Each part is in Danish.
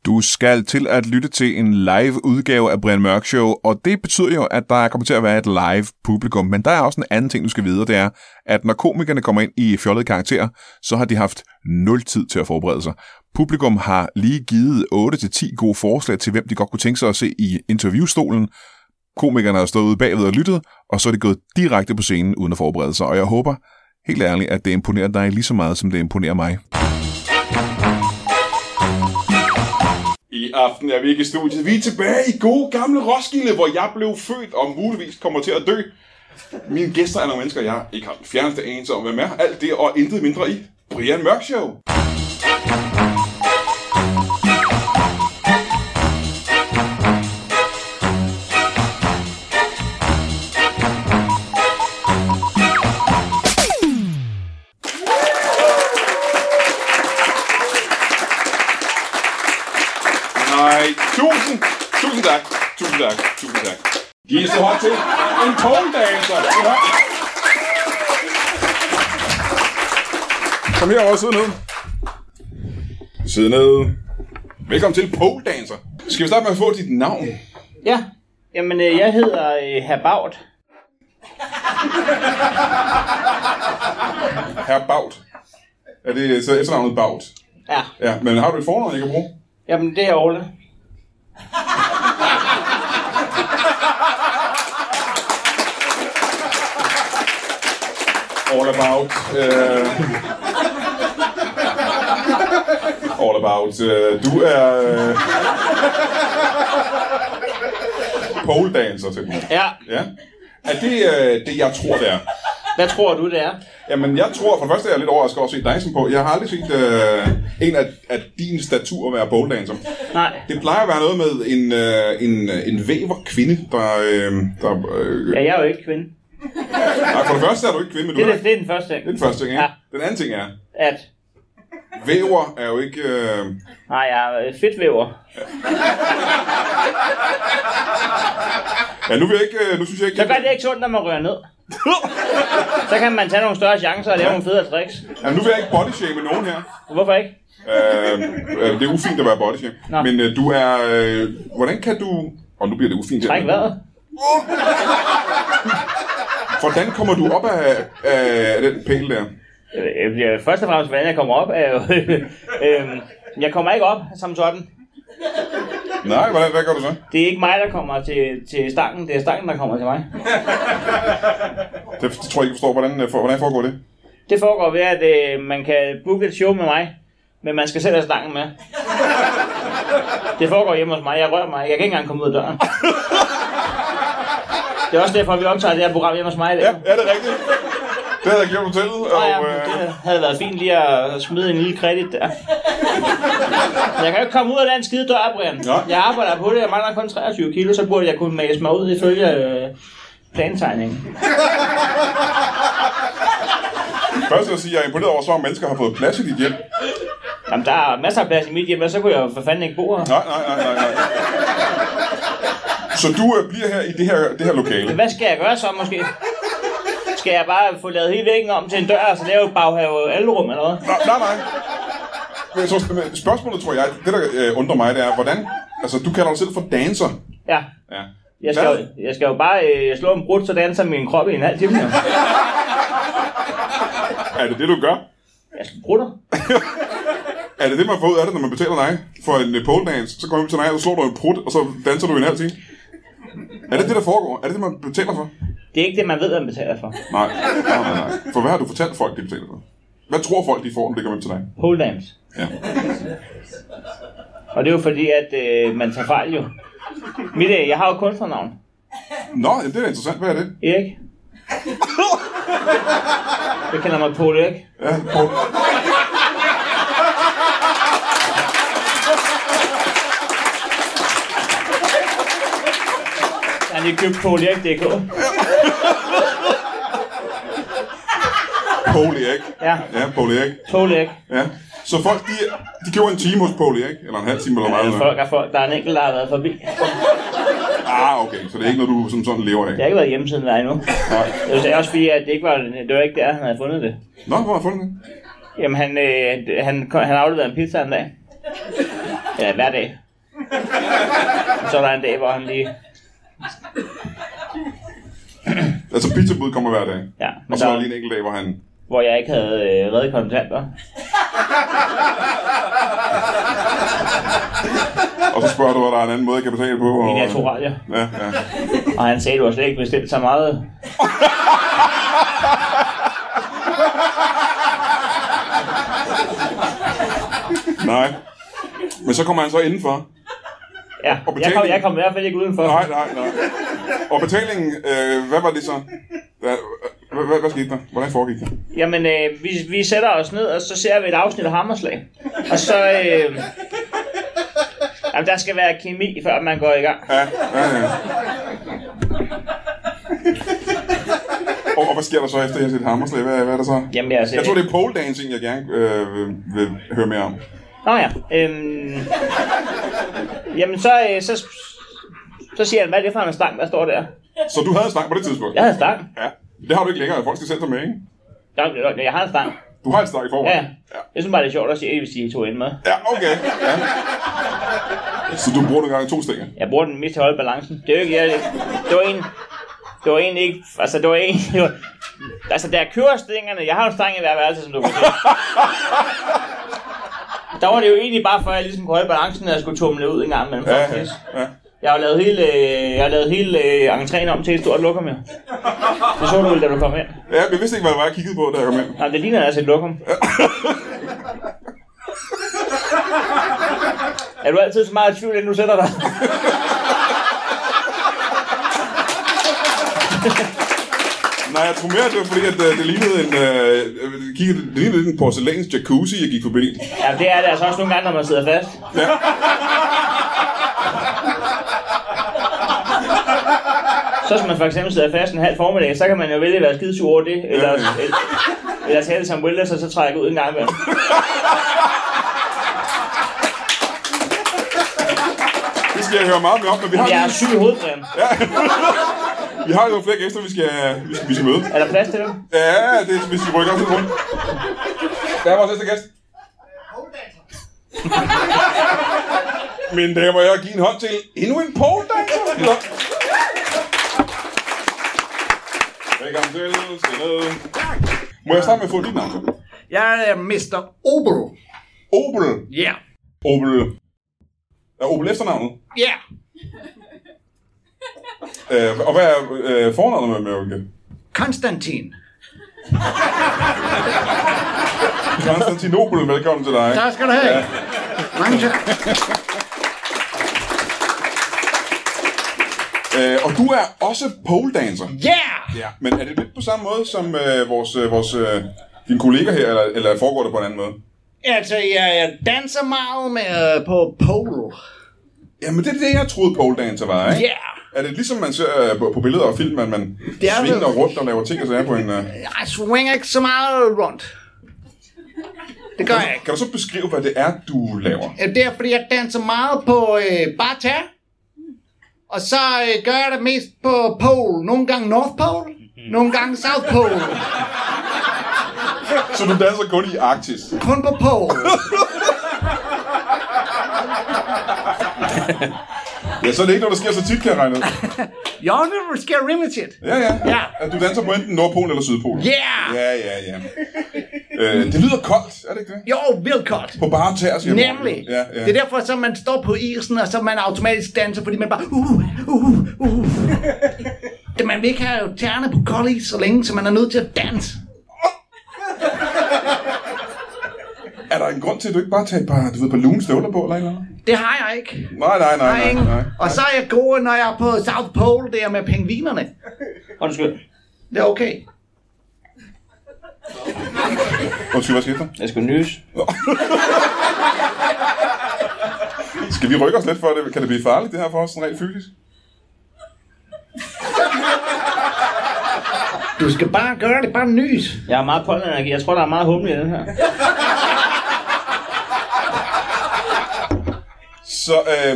Du skal til at lytte til en live udgave af Brian Mørk Show, og det betyder jo, at der kommer til at være et live publikum. Men der er også en anden ting, du skal vide, det er, at når komikerne kommer ind i fjollede karakterer, så har de haft 0 tid til at forberede sig. Publikum har lige givet 8-10 gode forslag til, hvem de godt kunne tænke sig at se i interviewstolen. Komikerne har stået ude bagved og lyttet, og så er de gået direkte på scenen uden at forberede sig. Og jeg håber helt ærligt, at det imponerer dig lige så meget, som det imponerer mig. I aften er vi ikke i studiet. Vi er tilbage i gode gamle Roskilde, hvor jeg blev født og muligvis kommer til at dø. Mine gæster er nogle mennesker, jeg ikke har den fjerneste anelse om, hvem er. Alt det og intet mindre i Brian Mørk Show. Tusind tak. De er så hårdt til en pole dancer. Ja. Kom herover og sidde ned. Velkommen til pole dancer. Skal vi starte med at få dit navn? Ja, jamen jeg hedder Herr Baut. Herr Baut. Er det så efternavnet Baut? Ja. Ja, men har du et fornavn, jeg kan bruge? Jamen det er Ole. All about. All about. Du er pole dancer til mig. Ja. Ja. Er det det, jeg tror, det er? Hvad tror du, det er? Jamen, jeg tror, for det første er jeg lidt overrasket over at se dig som på. Jeg har aldrig set en af din statur være pole dancer. Nej. Det plejer at være noget med en væver kvinde, der Ja, jeg er jo ikke kvinde. Nej, for det første er du ikke kvinde, men du det er den første ting. Det er den første ting, ikke? Ja. Den anden ting er, at væver er jo ikke... Nej, jeg er fedtvæver. Ja, nu synes jeg ikke... Så gør det ikke sundt, når man rører ned. Så kan man tage nogle større chancer og lave nogle federe tricks. Ja, nu vil jeg ikke bodyshame nogen her. Hvorfor ikke? Det er ufint at være bodyshame. Men du er... hvordan kan du... Og nu bliver det ufint. Træk vejret. Hvordan kommer du op af den pæl der? Først og fremmest, hvordan jeg kommer op, er jo... jeg kommer ikke op som sådan. Nej, hvad gør du så? Det er ikke mig, der kommer til stangen. Det er stangen, der kommer til mig. Det tror jeg ikke forstår. Hvordan foregår det? Det foregår ved, at man kan booke et show med mig, men man skal selv have stangen med. Det foregår hjemme hos mig. Jeg rører mig. Jeg kan ikke engang komme ud af døren. Det er også derfor, vi optager det her program hjemme hos mig i dag. Ja, det er rigtigt. Det havde jeg glemt at fortælle. Det havde været fint lige at smide en lille kredit der. Jeg kan jo ikke komme ud af den skide dør, Brian. Ja. Jeg arbejder på det. Jeg mangler kun 23 kilo, så burde jeg kunne mase mig ud ifølge plantegningen. Først vil jeg sige, at jeg er imponeret over, så mange mennesker har fået plads i dit hjem. Jamen, der er masser af plads i mit hjem, og så kunne jeg jo for fanden ikke bo her. Nej. Så du bliver her i det her lokale? Hvad skal jeg gøre så, måske? Skal jeg bare få lavet hele væggen om til en dør, og så lave et baghave alrum eller noget? Nej. Spørgsmålet, tror jeg, det der undrer mig, det er, hvordan... Altså, du kalder dig selv for dancer. Ja. Jeg skal jo bare slå en brud, så danser min krop i en halv time. Er det det, du gør? Jeg skal brutter. Er det det, man får ud af det, når man betaler dig for en pole dance? Så kommer vi til dig, og så slår du en brud, og så danser du i en halv time? Er det det, der foregår? Er det det, man betaler for? Det er ikke det, man ved, hvad man betaler for. Nej. For hvad har du fortalt folk, de betaler for? Hvad tror folk, de får, når det kommer til dig? Pole dance. Ja. Og det er jo fordi, at man tager fejl jo. Jeg har jo kunstnernavn. Nå, det er interessant. Hvad er det? Erik. Jeg kalder mig Paul Erik. Ja, Paul. Jeg har lige købt PaulErik.dk. Paul Erik. Ja. Ja, Paul Erik. Paul Erik. Ja. Så folk, de køber en time hos Paul Erik, eller en halv time eller meget. Folk, der er en enkelt, der har været forbi. Okay, så det er ikke noget, du som sådan lever af? Jeg har ikke været hjemme siden der endnu. Nej. Det var også fordi, at det var ikke der, han havde fundet det. Nå, hvor har han fundet det? Jamen, han afleverede en pizza en dag. Ja, hver dag. Så er der en dag, hvor han lige... Altså pizzabud kommer hver dag? Ja. Og så er der lige en enkelt dag, hvor han... Hvor jeg ikke havde reddet kontanter. Og så spørger du, at der er en anden måde, jeg kan betale på. En af 2 radier. Ja. Og han sagde, at du har slet ikke bestilt så meget. Nej. Men så kommer han så indenfor. Ja, jeg kom i hvert fald ikke udenfor. Nej. Og betalingen, hvad var det så? Hvad skete der? Hvordan foregik det? Jamen, vi sætter os ned, og så ser vi et afsnit af Hammerslag. Og så... jamen, der skal være kemi, før man går i gang. Ja. Og hvad sker der så efter, jeg har set Hammerslag? Hvad er der så? Jamen, jeg tror, det er pole dancing, jeg gerne vil høre mere om. Nå ja. Jamen, så siger han, hvad er det for en stang, der står der? Så du havde en stang på det tidspunkt? Jeg havde en stang. Ja. Det har du ikke længere. Folk skal selv tage med, ikke? Jeg har en stang. Du har en stang i forvejen? Ja. Jeg synes bare, det er sjovt at sige, hvis de tog ind med. Ja, okay. Ja. Så du bruger nogle gange 2 stænger? Jeg bruger den mest til at holde balancen. Det er jo ikke... Det var egentlig ikke... Altså, da jeg kører stængerne... Jeg har en stang i hver værelse, som du kan se. Der var det jo egentlig bare for, at jeg ligesom kunne holde balancen, når jeg skulle tumle ud en gang mellem ja. Jeg har lavet hele entréen om til et stort lokum, ja. Det så du vel, da du kom ind. Ja, men jeg vidste ikke, hvad det var, jeg kiggede på, da jeg kom ind. Nej, det ligner altså et lokum. Ja. Er du altid så meget i tvivl, inden du sætter dig? Nej, jeg tror mere, det var fordi, at det lignede en porcelæns jacuzzi, jeg gik forbi. Ja, det er det altså også nogle gange, når man sidder fast. Ja. Så hvis man for eksempel sidder fast en halv formiddag, så kan man jo vælge at være skidesur over det, eller tage det som wellness, og så trække ud en gang imellem. Det skal jeg høre meget mere om, men vi har... Jeg er syg i hovedet, Brian. Ja. Vi har jo nogle flere gæster, vi skal møde. Er der plads til dem? Ja, det er, hvis vi rykker op til rundt. Der er vores næste gæst. Mine damer og herrer, giv en hånd til endnu en pole dancer. Velkommen til. Må jeg starte med at få dit navn? Jeg er Mr. Obel. Obel? Ja. Yeah. Obel. Er Obel efternavnet? Ja. Yeah. Og hvad er fornavnet med Obel? Konstantin. Konstantinopel, velkommen til dig. Tak skal du have. Ja. Mange tak. Og du er også pole dancer. Ja! Ja. Men er det lidt på samme måde som dine kolleger her, eller foregår det på en anden måde? Altså, jeg danser meget med på pole. Jamen, det er det, jeg troede pole dancer var, ikke? Ja! Er det ligesom man ser på billeder og film, at man svinger rundt og laver ting og sager på en... Jeg swinger ikke så meget rundt. Det gør jeg ikke. Kan du så beskrive, hvad det er, du laver? Det er, fordi jeg danser meget på bare tær. Og så gør jeg det mest på pole. Nogle gange North Pole, nogle gange South Pole. Så du danser kun i Arktis? Kun på pole. Ja, så er det ikke noget, der sker så tit, kan jeg regne ud. Jo, det sker rimelig tit. Ja. At du danser på enten Nordpolen eller Sydpolen. Ja. Det lyder koldt, er det ikke det? Jo, vildt koldt. På bare tæer, siger nemlig. Ja. Det er derfor, så man står på isen, og så man automatisk danser, fordi man bare... Man vil ikke have tæerne på kold is så længe, så man er nødt til at danse. Er der en grund til, at du ikke bare tager et par lune støvler på, eller noget? Det har jeg ikke. Nej. Og så er jeg god, når jeg er på South Pole, der med pingvinerne. Undskyld. Det er okay. Undskyld, hvad skete der? Jeg skal nys. Skal vi rykke os lidt for det? Kan det blive farligt, det her for os, sådan rent fysisk? Du skal bare gøre det, bare nys. Jeg har meget pollenenergi. Jeg tror, der er meget humle i den her. Så,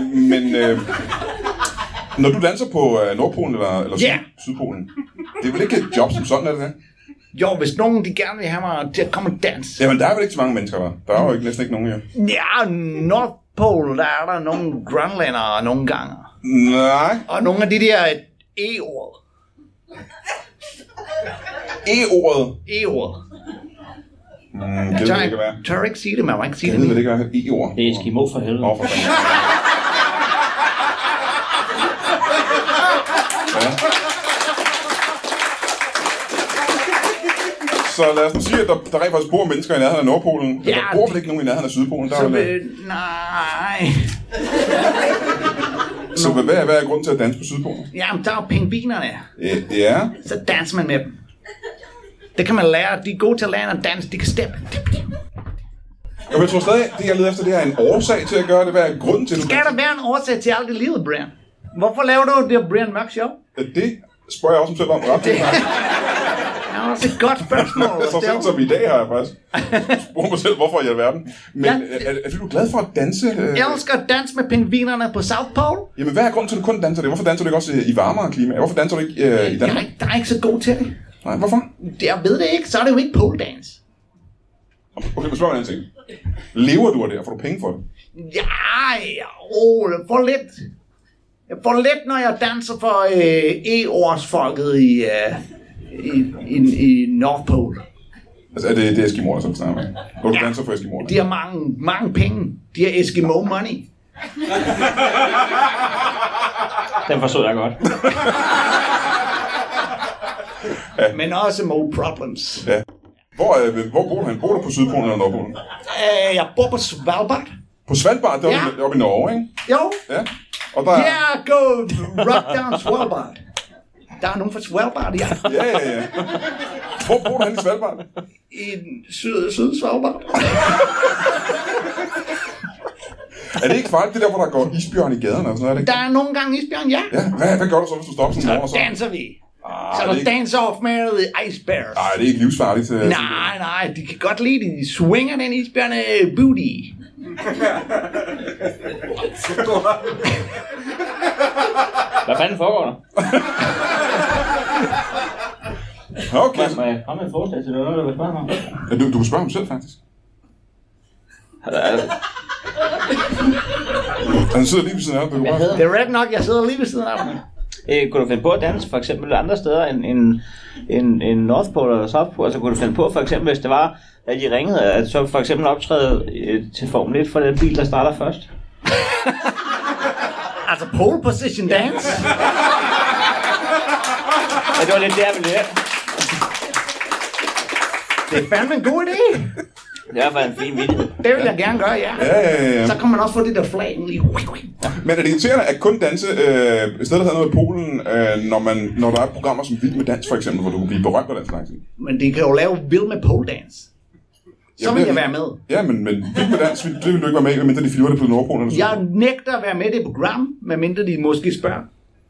når du danser på Nordpolen eller Sydpolen, det er vel ikke et job som sådan, er det det? Jo, hvis nogen de gerne vil have mig til at komme og danse. Jamen, der er vel ikke så mange mennesker, der? Der er jo næsten ikke nogen her. Ja, North Pole, der er der nogle grønlændere nogle gange. Nej. Og nogle af de der E-ord. E-ordet. E-ord. Det vil ikke være. Tør ikke sige det, man må ikke sige det. Det vil ikke være E-ord. Det er Eskimo for helvede. For fanden. Ja. Så lad os nu sige, at der rent faktisk bor mennesker i nærheden af Nordpolen. Ja, der bor vel ikke nogen i nærheden af Sydpolen? Der nej. Så hvad er grunden til at danse på Sydpolen? Jamen, der er jo pingvinerne. Ja. Så danser man med dem. Det kan man lære. De er gode til at lære at danse. De kan steppe. Og jeg tror stadig, det jeg leder efter, det er en årsag til at gøre det. Hvad er grunden til det? Skal der være en årsag til alt i livet, Brian? Hvorfor laver du det Brian Mørk Show? Det spørger jeg også selv om ret. Det er også et godt spørgsmål. Så sent som i dag har jeg faktisk spurgt mig selv, hvorfor i alverden. Men er du glad for at danse? Jeg elsker at danse med pingvinerne på South Pole. Jamen, hvad er grunden til, at du kun danser det? Hvorfor danser du ikke også i varmere klima? Hvorfor danser du ikke i Danmark? Jeg er ikke så god til det. Nej, hvorfor? Jeg ved det ikke, så er det jo ikke pole dance. Okay, men spørg mig en ting. Lever du af det, og får du penge for det? Jeg får lidt. Jeg får lidt, når jeg danser for E-årsfolket i North Pole. Altså, er det Eskimoer, som snakker med? Hvor du danser for Eskimoer? De har mange penge. De har Eskimo money. Den forstod jeg godt. Ja. Men også more problems. Ja. Hvor bor du hen? Bor du på Sydpolen eller Nordpolen? Jeg bor på Svalbard. På Svalbard? Det er oppe i Norge, ikke? Jo. Ja. Og der Go rock down Svalbard. Der er nogen fra Svalbard, ja. Ja. Hvor bor du hen i Svalbard? I syd Svalbard. Er det ikke farligt, det der, hvor der går isbjørn i gaderne og sådan noget? Der er nogle gange isbjørn, ja. Ja, hvad gør du så, hvis du stopper sådan en morgen? Så danser vi. Så der dance off med the ice bears. Nej, det er ikke livsfarligt. Nej, de kan godt lide det. De swinger den isbjørne booty. Hvad fanden foregår der? Okay. Må jeg komme med et forslag til noget, der vil spørge mig? Ja, du kan spørge ham selv, faktisk. Han sidder lige ved siden af dig. Det er ret nok, jeg sidder lige ved siden af dig. Kunne du finde på at danse for eksempel andre steder end North Pole eller South Pole? Altså kunne du finde på for eksempel, hvis det var, at de ringede, at så for eksempel optræde til Formel 1 for den bil, der starter først? Altså pole position dance? Ja, det var lidt det, jeg ville høre. Det er fandme en god idé. Det er i hvert fald en fin video. Det vil jeg gerne gøre, ja. Ja. Så kan man også få det der flag lige. Men er det irriterende at kun danse i stedet for noget i Polen, når der er programmer som Vild med Dans for eksempel, hvor du kan blive berømt på den slags? Men de kan jo lave Vild med Pole Dance. Så vil jeg være med. Ja, men Vild med Dans, det vil du ikke være med i, medmindre de flyver det på Nordpolen. Jeg nægter at være med i det program, medmindre de måske spørger.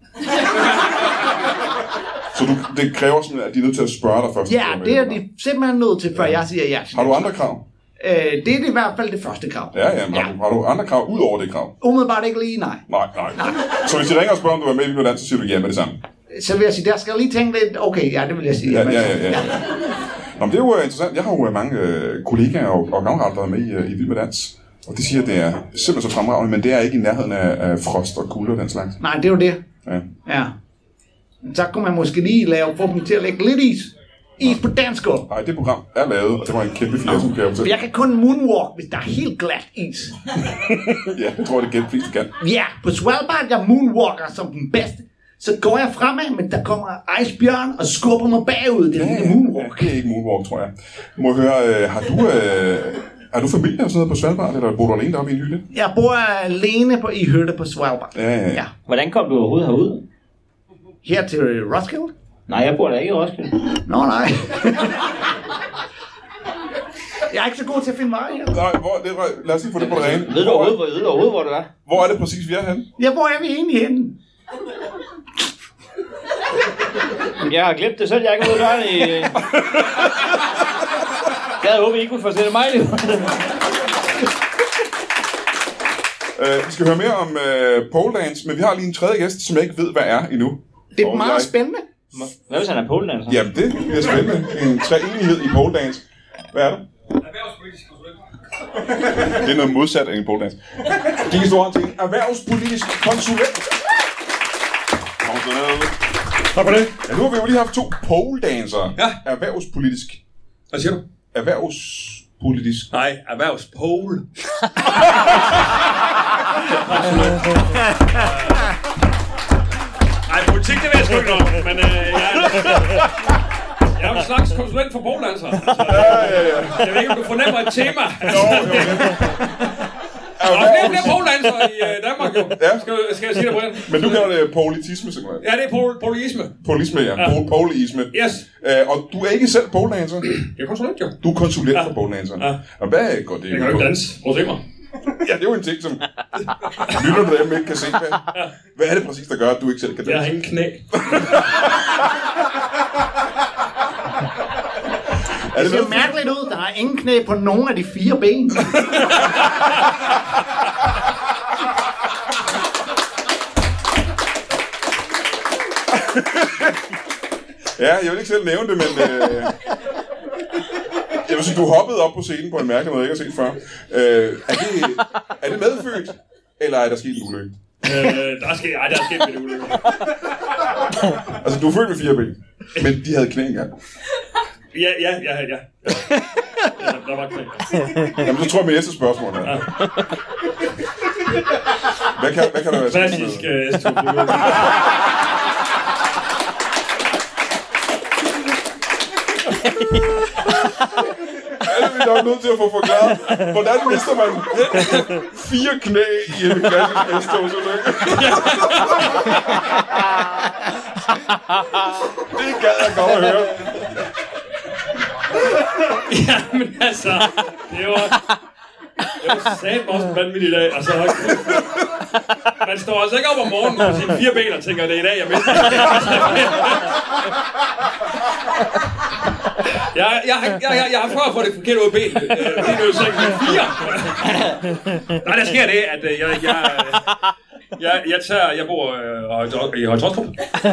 Så det kræver sådan, at de er nødt til at spørge dig først? Ja, det er de simpelthen nødt til, før jeg siger ja. Har du andre krav? Det er i hvert fald det første krav. Ja, men har du andre krav ud over det krav? Umiddelbart ikke lige, nej. Nej. Så hvis de ringer og spørger, om du er med i Vild med Dans, så siger du ja med det samme? Så vil jeg sige, der skal lige tænke lidt, okay, ja, det vil jeg sige. Ja. Nå, men det er jo interessant. Jeg har jo mange kollegaer og kammerater, der er med i Vild med Dans. Og de siger, at det er simpelthen så fremragende, men det er ikke i nærheden af frost og kulde og den slags. Nej, det er jo det. Ja. Så kunne man måske lige få dem til at lægge lidt is. Is på dansk. Nej, det program er lavet, og det var en kæmpe fiasko, kan jeg fortælle. Jeg kan kun moonwalk, hvis der er helt glat is. Ja, jeg tror, det er gennem flest, du kan. Ja, på Svalbard, jeg moonwalker som den bedste. Så går jeg fremad, men der kommer isbjørn og skubber mig bagud. Det er moonwalk. Ja, det er ikke moonwalk, tror jeg. Må jeg høre, har du familie og sådan noget på Svalbard, eller bor du alene deroppe i en hytte? Jeg bor alene i hytte på Svalbard. Ja. Hvordan kom du overhovedet herud? Her til Roskilde? Nej, jeg bor da ikke i Roskilde. Nå, nej. Jeg er ikke så god til at finde vej her. Nej, lad os lige få det på det rene. Ved du overhovedet, hvor det er? Hvor er det præcis, vi er henne? Ja, hvor er vi egentlig henne? Jeg har glemt det selv, jeg er ikke ude døren i... Jeg havde håbet, I kunne fortælle mig lige. Vi skal høre mere om pole dance, men vi har lige en tredje gæst, som jeg ikke ved, hvad er endnu. Det er meget spændende. Hvad hvis han er pole dancer? Jamen, det bliver spændende. En treenighed i pole dance. Hvad er det? Erhvervspolitisk konsulent. Det er noget modsat af en poledance. De historier til en erhvervspolitisk konsulent. Tak for det. Ja, nu har vi jo lige haft 2 poledancere. Ja. Erhvervspolitisk. Hvad siger du? Erhvervspolitisk. Nej, erhvervspole. Nej, politik, det ved jeg sgu ikke noget om, men jeg er jo en slags konsulent for poledanser. Altså, jeg ved ikke, om du fornemmer et tema. Der er flere poledanser i Danmark, jo. Ja. Skal jeg sige det, Brian? Men du kalder det politisme, simpelthen. Ja, det er poleisme. Polisme, ja. Poleisme. Yes. Og du er ikke selv poledancer. Jeg er konsulent, jo. Du er konsulent for poledancer. Ja. Og hvad går det? Jeg kan jo ikke danse. Prøv at se mig. Ja, det er jo en ting, som lytter du dem ikke kan se. Hvad er det præcis, der gør, at du ikke selv kan danse? Jeg har ingen knæ. Det ser mærkeligt ud. Der er ingen knæ på nogen af de 4 ben. Ja, jeg vil ikke selv nævne det, men... jeg vil sige, du hoppede op på scenen på en mærkelig måde, jeg ikke har set før. Er det medfødt, eller er der sket en ulykke? Der er sket en ulykke. Altså, du er født med 4 ben, men de havde knæ engang. Ja. Der var knæ. Jamen, så tror jeg med næste spørgsmål her. Hvad kan der være sket? Klassisk S2. Er vi nok nødt til at få forklaret, hvordan mister man 4 knæ i en klassisk S2-ulykke? Det gad jeg godt at høre. Ja, men altså, det var satme også en vanvittig dag. Altså, man står altså ikke op om morgenen på sine 4 ben og tænker, det er i dag, jeg mister. Jeg har før fået det forkert ud af ben. Det er jo så ikke 4. Nej, der sker det, at jeg bor i Høje-Taastrup.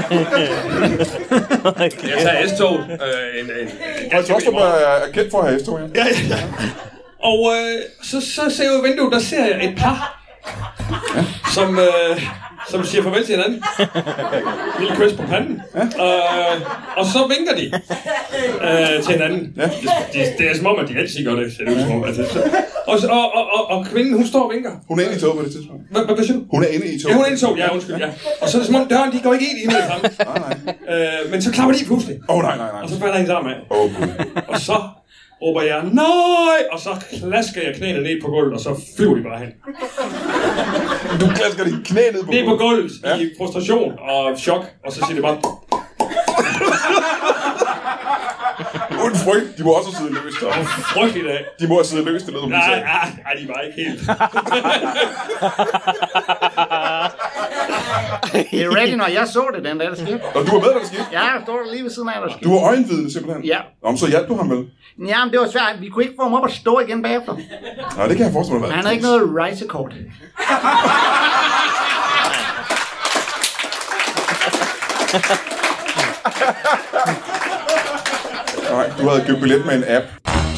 Jeg tager S-tog. Høje-Taastrup er kendt for at have S-tog, ja. Ja. Og så ser jeg ud af vinduet, der ser jeg et par, som siger farvel til hinanden. Lille kys på panden. Og så vinker de til hinanden. Ja. Det er som om, at de altid gør det. Ser det ud som om. Og kvinden, hun står og vinker. Hun er inde i toget på det tidspunkt. Hvad siger du? Hun er inde i toget. Ja, hun er inde i toget. Ja, undskyld. Ja. Og så er det som om døren, de går ikke ind i hende fremme. Nej. Men så klapper de pludselig. Nej. Og så falder hendes arm af. Og så råber jeg, nej! Og så klasker jeg knæene ned på gulvet, og så flyver de bare hen. Du klasker dine knæ ned på gulvet? Ned på gulvet, i frustration og chok, og så siger det bare... Uden frygt. De må også sidde løst. Frygteligt af. De må også sidde løst. Det lyder Nej, de var ikke helt. Det er ready, når jeg så det den dag, der skete. Og du var med, da det skete? Ja, jeg står der lige ved siden af, der skete. Du var øjenvidne simpelthen? Ja. Om så hjalp du ham vel? Jamen, det var svært. Vi kunne ikke få ham op og stå igen bagefter. Nej, det kan jeg forestille mig. Han havde ikke noget rejsekort. Nej, du havde købt billet med en app.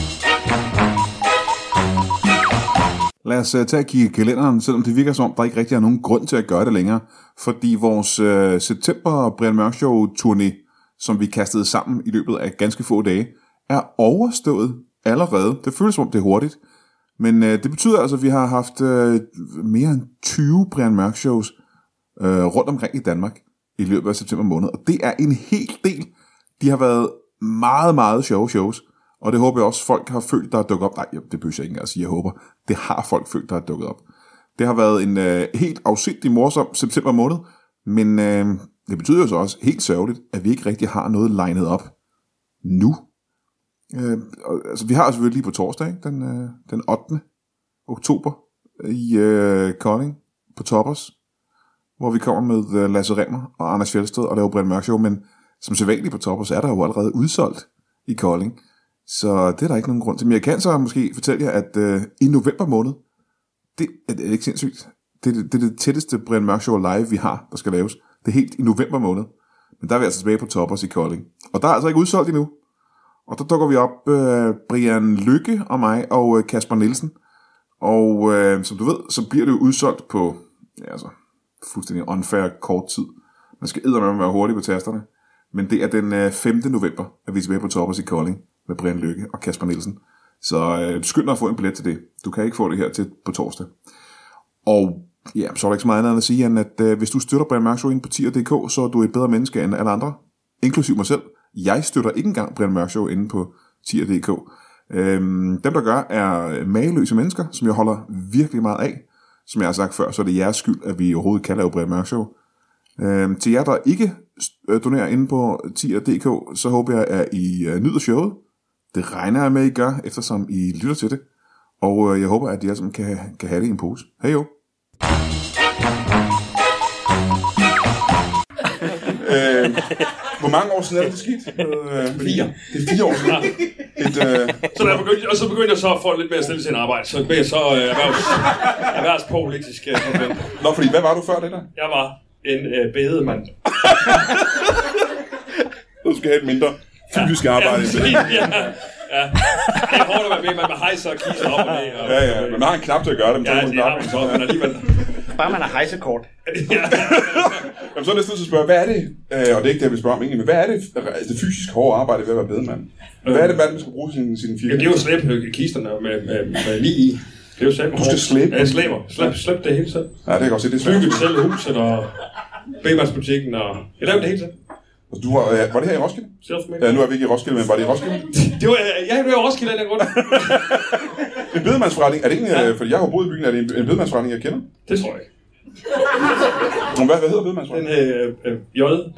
Lad os tage og kigge i kalenderen, selvom det virker som om, der ikke rigtig er nogen grund til at gøre det længere. Fordi vores september Brian Mørk Show turné, som vi kastede sammen i løbet af ganske få dage, er overstået allerede. Det føles som om det er hurtigt. Men det betyder altså, at vi har haft mere end 20 Brian Mørk Shows rundt omkring i Danmark i løbet af september måned. Og det er en hel del. De har været meget, meget sjove shows. Og det håber jeg også, folk har følt, der er dukket op. Nej, det behøver jeg ikke engang at sige, jeg håber. Det har folk følt, der er dukket op. Det har været en helt afsindig morsom september måned. Men det betyder jo så også helt sørgeligt, at vi ikke rigtig har noget legnet op nu. Altså, vi har selvfølgelig lige på torsdag, den 8. oktober i Kolding på Toppers, hvor vi kommer med Lasse Remmer og Anders Fjeldsted og laver Brian Mørk Show, men som sædvanligt på Toppers er der jo allerede udsolgt i Kolding, så det er der ikke nogen grund til. Men jeg kan så måske fortælle jer, at i november måned, det er ikke sindssygt, det er det tætteste Brian Mørk Show live, vi har, der skal laves. Det er helt i november måned, men der er vi altså tilbage på Toppers i Kolding. Og der er altså ikke udsolgt endnu. Og der dukker vi op, Brian Lykke og mig og Kasper Nielsen. Og som du ved, så bliver det jo udsolgt på fuldstændig unfair kort tid. Man skal eddermame være hurtig på tasterne. Men det er den 5. november, at vi er tilbage på Toppers i Kolding med Brian Lykke og Kasper Nielsen. Så skynd dig at få en billet til det. Du kan ikke få det her til på torsdag. Og ja, så er der ikke så meget andet at sige, end at hvis du støtter Brian Mørk Show ind på tier.dk, så er du et bedre menneske end alle andre, inklusiv mig selv. Jeg støtter ikke engang Brian Mørk Show inde på tier.dk. Dem, der gør, er mageløse mennesker, som jeg holder virkelig meget af. Som jeg har sagt før, så er det jeres skyld, at vi overhovedet kan lave Brian Mørk Show. Til jer, der ikke donerer inde på tier.dk, så håber jeg, at I nyder showet. Det regner jeg med, I gør, eftersom I lytter til det. Og jeg håber, at I altså kan have det i en pose. Hej jo! Hvor mange år siden er det sket? 4. Det er 4 år siden. Så begyndte jeg så at få lidt mere stille til en arbejde. Så blev jeg så erhvervspolitisk. Nå, fordi hvad var du før det der? Jeg var en bedemand. Du skal have et mindre fysisk arbejde. Ja. Det er hårdt at være med, man hejser og kiser op og ned. Ja, men man har en knap til at gøre det. Ja, det har man så, men alligevel. Bare man har hejsekort. Ja. Jamen, så er det tid til at spørge, hvad er det, og det er ikke det, jeg vil spørge om egentlig, men hvad er det fysisk hårde arbejde ved at være bedemand? Hvad er det, man skal bruge sine fire? Det er jo at slæbe kisterne med lige i. Det er jo selv. Du skal slæbe? Ja, jeg slæber. Slæb det hele selv. Ja, det kan jeg godt se. Det er bygget selv huset og bemandsbutikken og... Jeg lavede det hele selv. Du var det her i Roskilde? Ja, nu er vi ikke i Roskilde, men var det i Roskilde? Det var i Roskilde af den grund. En bedemandsforretning? Er det ikke, fordi jeg har boet i byen, er det en bedemandsforretning, jeg kender? Det tror jeg ikke. Hvad hedder bedemandsforretningen? Den JP.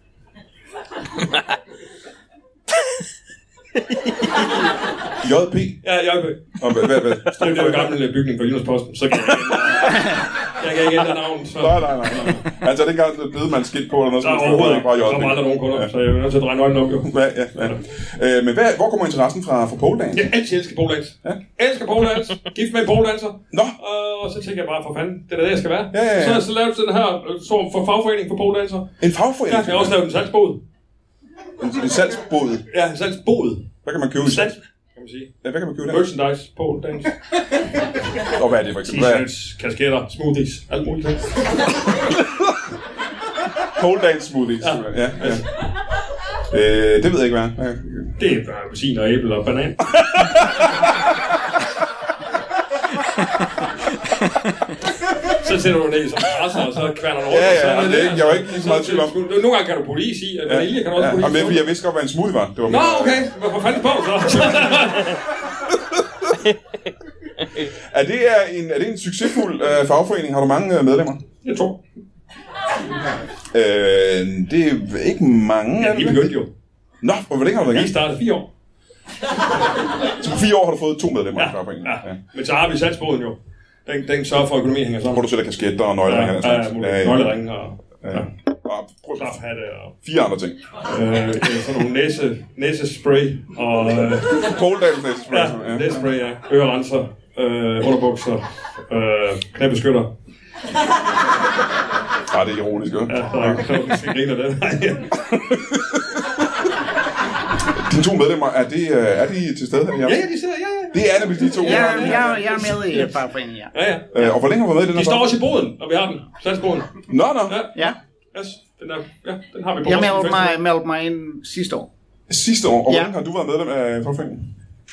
JP? Ja, JP. Og hvad? Det var en gammel bygning for Jyllandsposten, så jeg kan ikke ændre navnet. Så... Nej. Altså, det er ikke engang bedemandsskilt på, eller noget, der er overhovedet ikke. Der kommer aldrig nogen kunder, så jeg er nødt til at dreje nøglen op, jo. Ja. Men hvor kommer interessen fra poledance? Jeg altid elsker poledance. Ja? Jeg elsker poledance. Gift med en poledancer. Nå. Og så tænker jeg bare, for fanden, det er det, jeg skal være. Ja. Så lavede jeg den her for fagforening for poledancer. En fagforening? Ja, jeg har også lavet en salgsbod. En salgsbod? Ja, en salgsbod. Hvad kan man købe i salg? Kan man sige. Ja, hvad kan man købe der? Merchandise, pole dance. Og hvad er det for eksempel? T-shirts, kasketter, smoothies, alt muligt. Pole dance smoothies. Ja. Det ved jeg ikke, hvad er. Det er bare appelsin og æble og banan. Så sætter du ned som presser, og så kværner du rundt. Ja, det er ikke, jeg var ikke lige så meget tvivl om. Nogle gange kan du police i, og vanilje kan du også police i. Men jeg vidste godt, hvad en smoothie var. Det var nå, okay. Hvor fanden på så? Er det en succesfuld fagforening? Har du mange medlemmer? Jeg tror. Det er ikke mange. Ja, de begyndte jo. Nå, hvor længe har du været i gang? Vi startede 4 år. Så på 4 år har du fået 2 medlemmer i fagforeningen? Ja. Men så har vi salgsboden jo. Den sørger for, at økonomien hænger sammen. Hvor du sælger kasketter og nøgleringe. Nøgleringe og... Tophatte og 4 andre ting. Sådan nogle næsespray og... Poledance næsespray. Ja, næsespray, ja. Ørerenser, underbukser, knæbeskytter. Det er ironisk, jo. Ja, der er ikke så griner det. De 2 medlemmer, er de til stede her? Ja, de sidder, ja. Det er nemlig de 2. Jeg er med i fagforeningen, ja. Og hvor længe har du været med i den her? De står også i boden, når vi har den. Salgsboden. Nå. Ja. Yes, den har vi på. Jeg meldte mig ind sidste år. Sidste år? Og hvor længe har du været medlem af fagforeningen?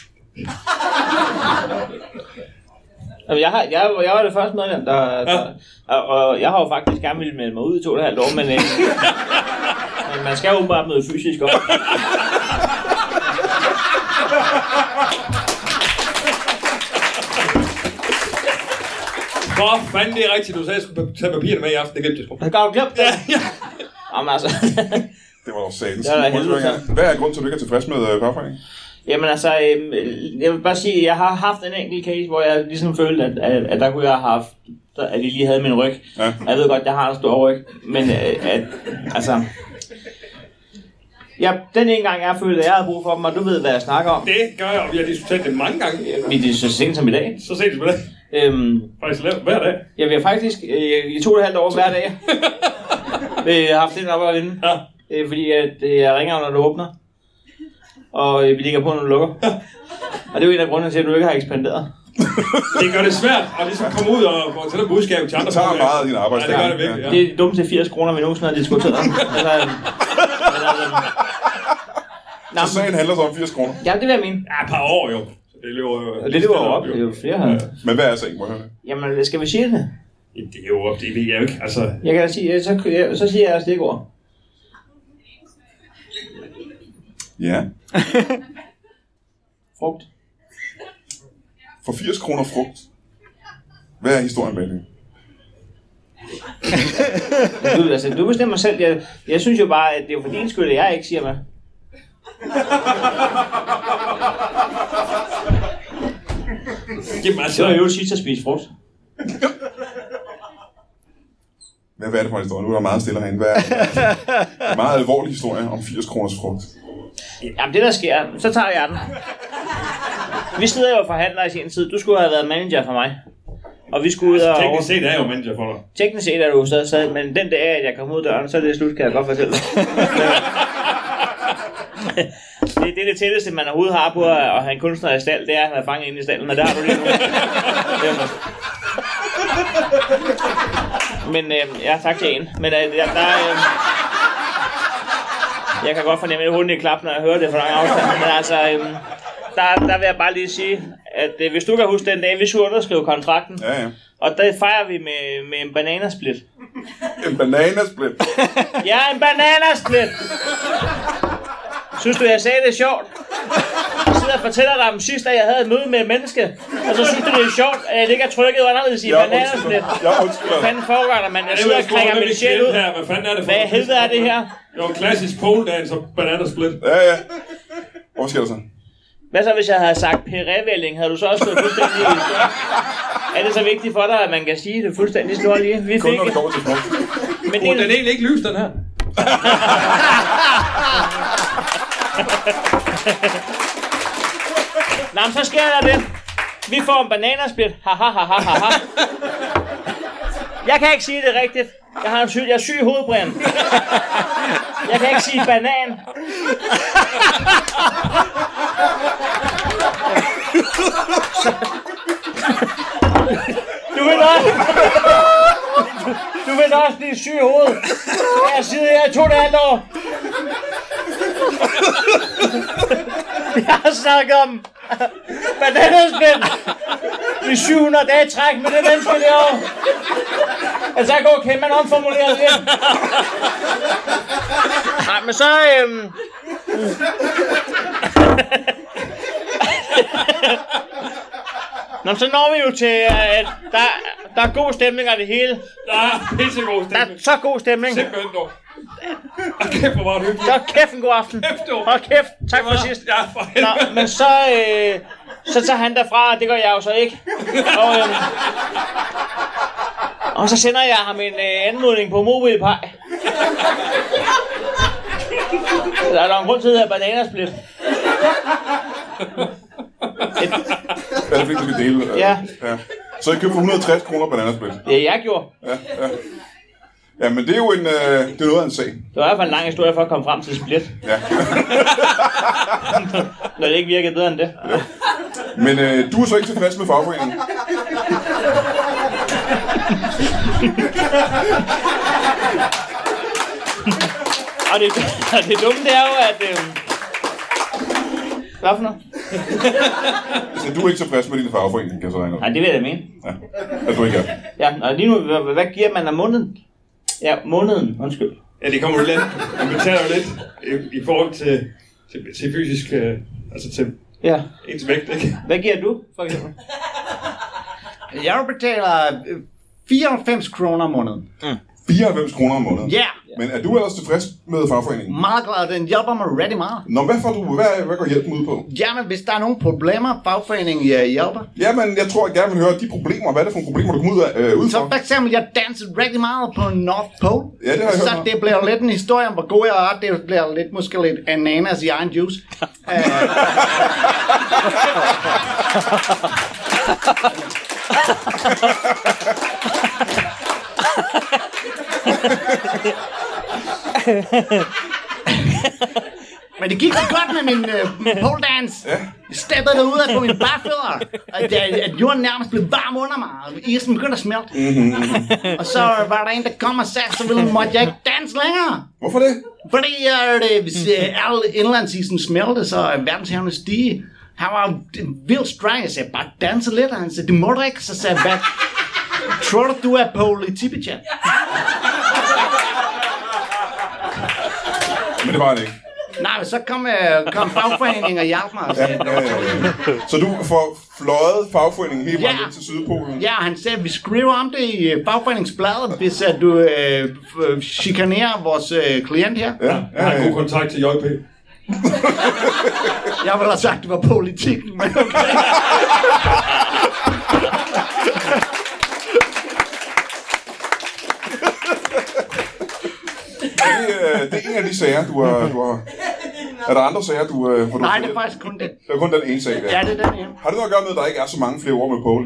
Jeg var det første medlem, og jeg har jo faktisk gerne ville melde mig ud i 2,5 år, men man skal jo bare møde fysisk op. Hvor fanden, det er rigtigt, du sagde, at jeg skulle tage papirerne med i aften. Det glemte jeg sgu. Har du glemt det? Ja. Jamen altså... Det var jo satans. Hvad er grunden til, at du ikke er tilfreds med fagforeningen? Jamen altså, jeg vil bare sige, at jeg har haft en enkelt case, hvor jeg ligesom følte, at der kunne jeg have haft, at de lige havde min ryg. Ja. Jeg ved godt, at jeg har en stor ryg, men altså... Ja, den ene gang, jeg følte, at jeg havde brug for dem, og du ved, hvad jeg snakker om. Det gør jeg, og vi har diskuteret det mange gange. Vi er så sent som i dag. Så sent som i dag. Faktisk lavet hver dag. Ja, vi har faktisk i 2,5 år hver dag. Vi har haft det op og vinde. Ja. Fordi at jeg ringer, når du åbner. og vi ligger på nogle lukker. Og det er jo en af grundene til, at du ikke har ekspanderet. Det gør det svært at ligesom komme ud og fortælle budskab til andre. Det tager meget af din arbejdsdag. Ja, det gør det virkelig, ja. Det er de dummeste 80 kroner, vi nogensinde har diskuteret. Så sagen handler så om 80 kroner. Ja, det vil jeg mene. Ja, et par år jo. Så det løber jo... Og det løber op. Det er jo flere her. Men hvad er sagen, må jeg høre? Jamen, skal vi sige det? Det er jo op, det ved jeg jo ikke. Altså... Jeg kan sige, så siger jeg stikord. Ja. Frugt. For 80 kroner frugt. Hvad er historien bag det? Du bestemmer selv. Jeg synes jo bare, at det er jo for din skyld, at jeg ikke siger hvad. Jamen altså... Det var jo sidst at spise frugt. Hvad er det for en historie? Nu er der meget stille herinde. Hvad er en meget alvorlig historie om 80 kroners frugt? Jamen det der sker, så tager jeg den. Vi sidder jo og forhandler i sin tid. Du skulle have været manager for mig. Og vi skulle ud og... Teknisk set er jeg jo manager for dig. Teknisk set er du stadig, men den dag, at jeg kom ud af døren, så er det slut, kan jeg godt fortælle dig. Det er det tætteste, man overhovedet har på at have en kunstner i stald, det er at have fanget inde i stallen, og der har du lige nu. Men ja, tak til en. Men jeg kan godt fornemme, at hunden i klap, når jeg hører det for lang afstand. Men altså, der vil jeg bare lige sige, at hvis du kan huske den dag, vi skulle underskrive kontrakten, Ja. og der fejrer vi med en bananasplit. En bananasplit? Ja, en bananasplit! Synes du, jeg sagde det er sjovt? Jeg sidder og fortæller dig om sidst, at jeg havde et møde med et menneske, og så synes du, det er sjovt, at jeg ikke har trykket anderledes i bananasplit. Hvad fanden foregår der, mand? Jeg sidder og krænger min sjæl ud. Hvad fanden er det for? Hvad helvede er det her? Det var en klassisk pole dance og bananasplit. Ja. Hvor sker der så? Hvad så, hvis jeg havde sagt P-revælling? Havde du så også stået fuldstændig i historien? Er det så vigtigt for dig, at man kan sige det fuldstændig stort lige? Vi Kun fik når det kommer til frugt. men Den er egentlig ikke lys, den her. Nå, men så sker der det. Vi får en bananasplit. Ha. Jeg kan ikke sige det rigtigt. Jeg er syg i hovedbrænden. Jeg kan ikke sige banan. Du vil også blive syg i hovedet. Jeg sidder her i 2,5 år. Jeg har snakket om bananasplit i 700 dage i træk med det menneske derovre. Altså, jeg går okay, man omformulerer det lidt. Nej, men så... Nå, så når vi jo til, at der er god stemning af det hele. Der er pissegod stemning. Der er så god stemning. Simpelthen dog. Kæft, hvor var det hyggeligt. Så kæft en god aften. Hold kæft. Tak for sidst. Ja, for helvede. Nå, men så tager han derfra, og det gør jeg jo så ikke. Og så sender jeg ham en anmodning på MobilePay. Der er en grund til, at det hedder bananasplit. Er det fordi, du skal dele? Ja. Så jeg købte for 160 kroner bananasplit. Det jeg gjorde. Ja, men det er jo det er noget af en sag. Det var i hvert fald en lang historie for at komme frem til split. Ja. Når det ikke virkede bedre end det. Ja. Men du er så ikke tilfreds med fagforeningen? Og det dumme, det er jo, at... Hvad for noget? Så du er ikke tilfreds med din fagforening, kan jeg så regne ud? Nej, det vil jeg da mene. Ja, det du ikke er. Ja, og lige nu, hvad giver man af måneden? Ja, måneden, undskyld. Ja, det kommer jo lidt. Man betaler jo lidt i forhold til fysisk... altså til ens vægt, ikke? Hvad giver du, for eksempel? Jeg betaler 94 kroner om måneden. 94 kroner om måneden? Ja. Men er du ellers tilfreds med fagforeningen? Meget glad, den hjælper mig rigtig meget. Nå, hvad går hjælpen ud på? Jamen, hvis der er nogle problemer, fagforeningen hjælper. Jamen, jeg tror, jeg gerne vil høre de problemer. Hvad er det for nogle problemer, du kommer ud Så for? for eksempel, jeg dansede rigtig meget på North Pole. Ja, det har jeg hørt. Så det bliver lidt en historie om, hvor god jeg er. Det bliver lidt, måske lidt ananas i egen juice. Men det gik så godt med min pole dance. Jeg steppede derud af på mine barfødder. At jorden nærmest blev varm under mig. Og isen begyndte at smelte. Og så var der en, der kom og sagde, så måtte jeg ikke danse længere. Hvorfor det? Fordi hvis al indlandsisen smeltede, så er verdenshavene stige. Han var vildt streng. Jeg sagde, bare danse lidt. Og han sagde, det må du ikke. Så sagde jeg, hvad? Tror du er Pole i Tibet? Men det var det ikke. Nej, men så kom fagforeningen og hjalp mig. Og sagde, Så du får fløjet fagforeningen helt vejen til Sydpolen? Ja, han sagde, at vi skriver om det i fagforeningsbladet, hvis at du chikanerer vores klient her. Jeg har en god kontakt til JP. Jeg ville have sagt, at det var politikken, men okay. Det er en af de sager, du har... Er der andre sager, hvor du... Nej, det er faktisk kun det. Det er kun den ene sag, der. Ja, det er den ene. Har det noget at gøre med, at der ikke er så mange flere ord med pole?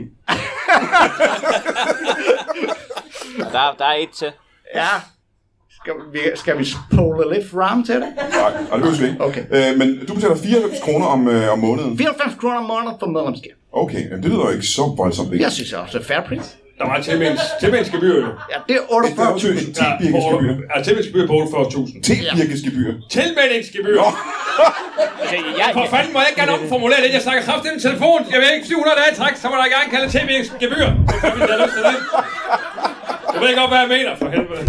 Der er et til. Ja. Skal vi spole lidt frem til det? Nej, det behøver vi ikke. Okay. Men du betaler 94 kroner om måneden. 94 kroner om måneden for medlemskab. Okay, det lyder ikke så voldsomt. Ikke? Jeg synes også, det er fair pris. Der var tilmeldingsgebyr jo. Ja, det er 48.000. Tilbirkesgebyr. Ja, tilmeldingsgebyr på 48.000. Tilbirkesgebyr. Tilmeldingsgebyr. For fanden må jeg ikke gerne omformulere det. Jeg snakker kraftigt i telefon. Jeg vil ikke 700 dage træk, så må der gerne kalde tilmeldingsgebyr. Jeg ved ikke godt, hvad jeg mener, for helvede.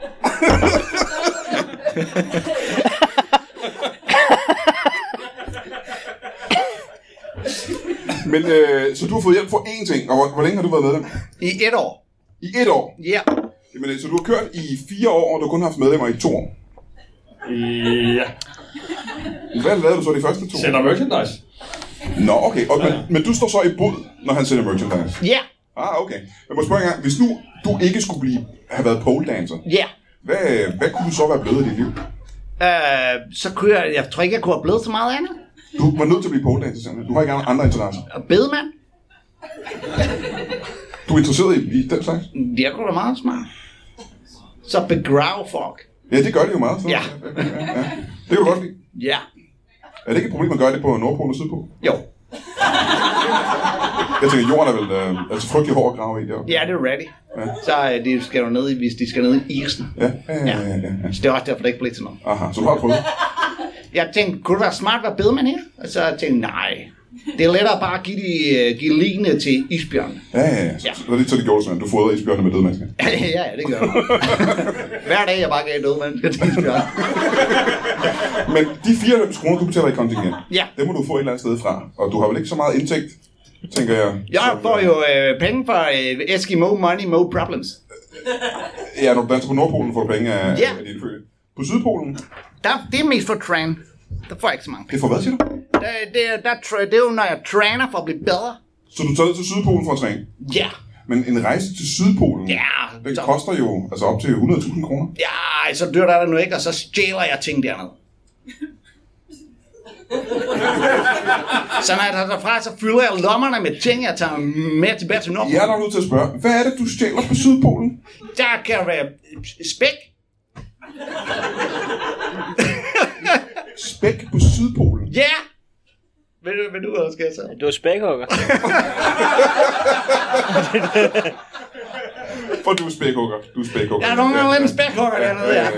Men så du har fået hjælp for én ting, og hvor længe har du været medlem? I 1 år. I 1 år? Ja. Jamen, så du har kørt i 4 år, og du har kun haft medlemmer i 2 år? Ja. Hvad lavede du så de første 2 år? Sender merchandise. Nå, okay. Men du står så i bod, når han sender merchandise? Ja. Okay. Men må spørge en gang, hvis nu du ikke skulle have været pole dancer, Ja. hvad kunne du så være blevet i dit liv? Så kunne jeg tror ikke, jeg kunne have blevet så meget andet. Du var nødt til at blive pole dancer, simpelthen. Du har ikke andre interesser. Og bedemand. Du er interesseret i den slags? Det er da meget smart. Så begrav folk. Ja, det gør de jo meget. Så. Ja. Det kan du godt lide. Ja. Er det ikke et problem at gøre det på Nordpolen og Sydpolen? Jo. Jeg tænker, jorden er vel altså frygtelig hård at grave i deroppe. Ja, det er ready. Ja. Så de skal jo ned i, hvis de skal ned i isen. Ja. Så det er også derfor, det ikke blev til noget. Aha, så du har prøvet. Jeg tænkte, kunne det være smart at være bedemand her? Og så tænkte jeg, nej. Det er lettere bare at give ligene til isbjørn. Ja. Så det gjorde sådan, du fodrede isbjørne med døde mennesker. Ja, det gør jeg. Hver dag jeg bare gav døde mennesker til isbjørn. Men de 94 kroner, du betaler i kontingent, ja. Det må du få et eller andet sted fra. Og du har vel ikke så meget indtægt, tænker jeg. Jeg får jo penge fra Eskimo Money, Mo Problems. Ja, når du danser på Nordpolen, får du penge af dine følge. På Sydpolen? Det er mest for træn. Der får jeg ikke så mange penge. Det får hvad, siger du? Det er jo, når jeg træner for at blive bedre. Så du tager ned til Sydpolen for at træne? Ja. Men en rejse til Sydpolen, det koster jo altså op til 100.000 kroner. Ja, så dyrt er det nu ikke, og så stjæler jeg ting dernede. Så når jeg tager derfra, så fylder jeg lommerne med ting, jeg tager med tilbage til Nordpolen. Jeg er nok nødt til at spørge, hvad er det, du stjæler på Sydpolen? Der kan være spæk. Spæk på Sydpolen? Ja! Ved du, hvad skal jeg sige? Du er spækhugger. For du er spækhugger. Jeg er nogle gange lidt en spækhugger dernede, ja.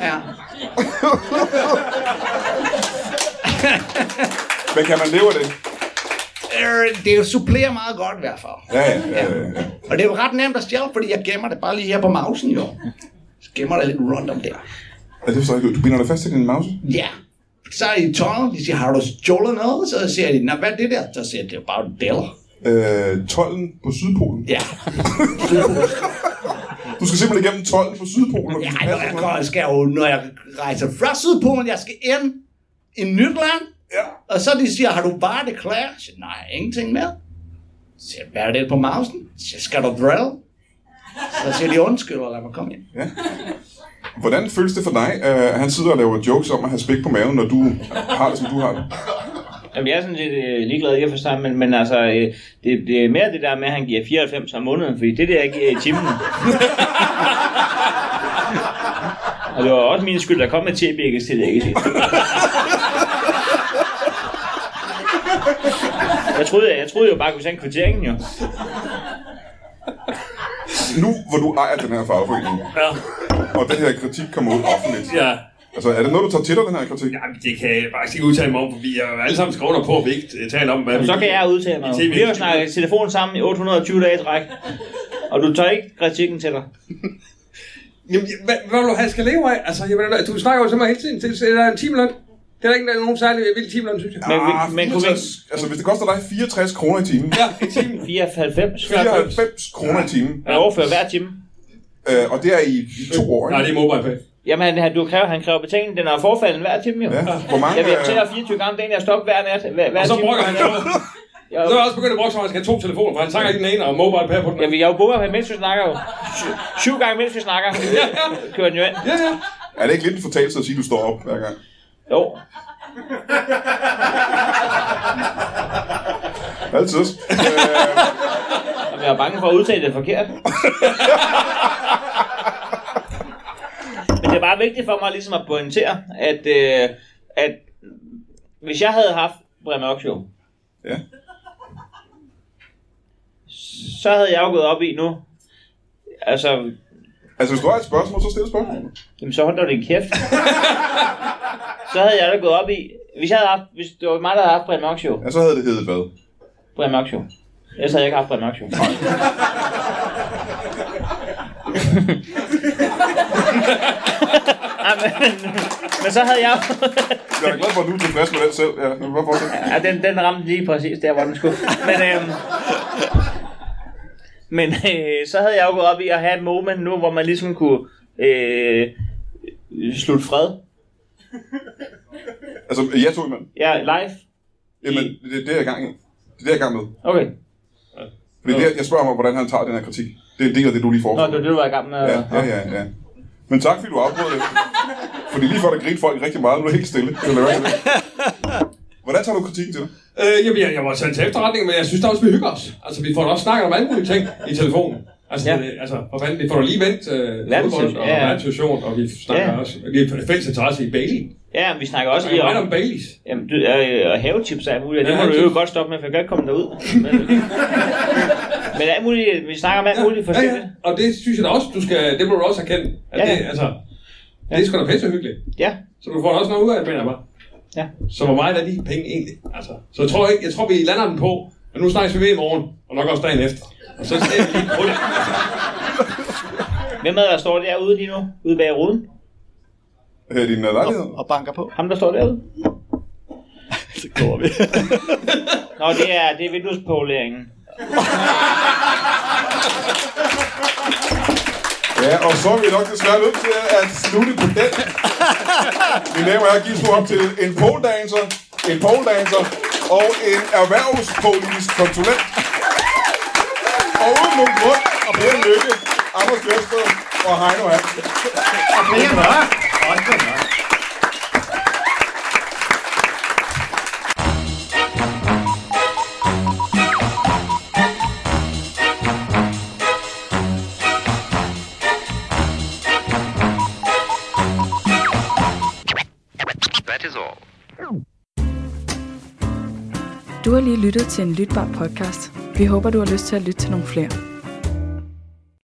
Men kan man leve af det? Det supplerer meget godt i hvert fald. Ja. Og det er jo ret nemt at stjæle, fordi jeg gemmer det bare lige her på mausen, jo. Så gemmer det lidt rundt om der. Er det så ikke? Du binder det fast til din mouse? Ja. Så i tolden, de siger, har du stjålet noget? Så siger de, hvad er det der? Så siger de, det er bare deller. Tolden på Sydpolen? Ja. Du skal simpelthen igennem tolden på Sydpolen? Ja, når jeg rejser fra Sydpolen, jeg skal ind i nyt land. Ja. Og så de siger, har du bare det klar? Jeg siger, nej, ingenting mere. Så siger jeg, hvad er det på mausen? Så siger, skal du drill? Så siger de, undskyld, og lad mig komme ind. Ja. Hvordan føles det for dig, at han sidder og laver jokes om at have spæk på maven, når du har det, som du har det? Jamen, jeg er sådan lidt ligeglad i at forstå, men altså, det er mere det der med, at han giver 94 om måneden, fordi det der, jeg giver i timen. Og det var også min skyld, der kom med tilbækkes til det, ikke? Jeg troede jo bare, at kunne sende kvitteringen jo. Nu, hvor du ejer den her fagforening, og den her kritik kommer ud offentligt, altså, er det noget, du tager til dig, den her kritik? Jamen, det kan jeg faktisk ikke udtale mig om, for vi er jo alle sammen skrevet på, at vi ikke taler om, hvad så kan jeg udtale mig. Vi har jo snakket telefon sammen i 820 dage i træk, og du tager ikke kritikken til dig. Jamen, hvad vil du have, skal leve af? Altså, du snakker jo til mig hele tiden. Det er en timeløn. Det er ikke nogen særlig vild timeløn, synes jeg. Men 64, altså, hvis det koster dig 64 kroner i timen. Ja, i timen. 94 kroner i timen. Jeg overfører hver time. Og det er i 2 år, ikke? Nej, det er MobilePay. Jamen, han kræver betaling. Den er forfalden hver time, jo. Ja. Hvor mange, jeg vil betale 24 gange dagen, jeg stopper hver nat. Og så bruger han jo. Så er jeg også begyndt at bruge, så han skal have 2 telefoner, for han tager ikke den ene, og MobilePay på den. Jamen, jeg er jo både mens vi snakker jo. 7 gange, mens vi snakker. Kører den jo ind. Ja. Er det ikke lidt en fortalelse at sige, at du står op hver gang? Jo. Altid. Jeg er bange for at udtale det forkert. Men det er bare vigtigt for mig ligesom at pointere, at hvis jeg havde haft Brian Mørk Show, så havde jeg jo gået op i nu. Altså, hvis du har et spørgsmål, så stil spørgsmål. Jamen, så hold da din kæft. Så havde jeg da gået op i, hvis det var mig, der havde haft Brian Mørk Show. Ja, så havde det heddet hvad? Brian Mørk Show. Ellers havde jeg ikke haft Brian Mørk Show. Men så havde jeg... Jeg er glad for, at du er tilfreds med den selv. Ja, den ramte lige præcis der, hvor den skulle. Men så havde jeg jo gået op i at have et moment nu, hvor man ligesom kunne slutte fred. Altså, jeg tog imellem? Ja, live. Jamen, det er jeg i gang i. Det er det, jeg er i gang med. Okay. Fordi jeg spørger mig, hvordan han tager den her kritik. Det er en del af det, du lige foreslår. Nå, det var det, du var i gang med. Ja. Men tak, fordi du afbrød det. Fordi lige for at grine folk rigtig meget, nu er helt stille. Hvordan tager du kritikken til dig? Jamen, jeg var tage til efterretning, men jeg synes da også, vi hygger os. Altså, vi får da også snakket om alle mulige ting i telefonen. Altså, for fanden, vi får da lige vendt fodbold og verdenssituation, og vi snakker også. Vi er fælles interesse i Bailey. Ja, vi snakker også om Baileys. Jamen, og havetips er muligt, og det må du jo godt stoppe med, for jeg kan ikke komme derud. Men alt muligt, vi snakker om alt muligt forskelligt. Ja, og det synes jeg da også, det må du også erkende. At det er sgu da pisse hyggeligt. Ja. Så du får også noget ud af det, mener jeg bare. Ja. Så hvor meget er de penge egentlig? Altså, så jeg tror vi lander den på, og nu snakkes vi ved i morgen, og nok også dagen efter. Og så skal vi lige på det. Hvem er der står derude lige nu? Ude bag ruden? Din lejlighed? Og banker på. Ham, der står derude? Så går vi. Nå, det er vinduespoleringen. Ja, og så er vi nok desværre nødt til at slutte på den. Mine damer og herrer, gives nu op til en pole dancer og en erhvervspolitisk konsulent. Og uden nogen grund, og Brian Lykke, Anders Gørsted og Heino Hansen. Og Brian Mørk. Du har lige lyttet til en lytbar podcast. Vi håber, du har lyst til at lytte til nogle flere.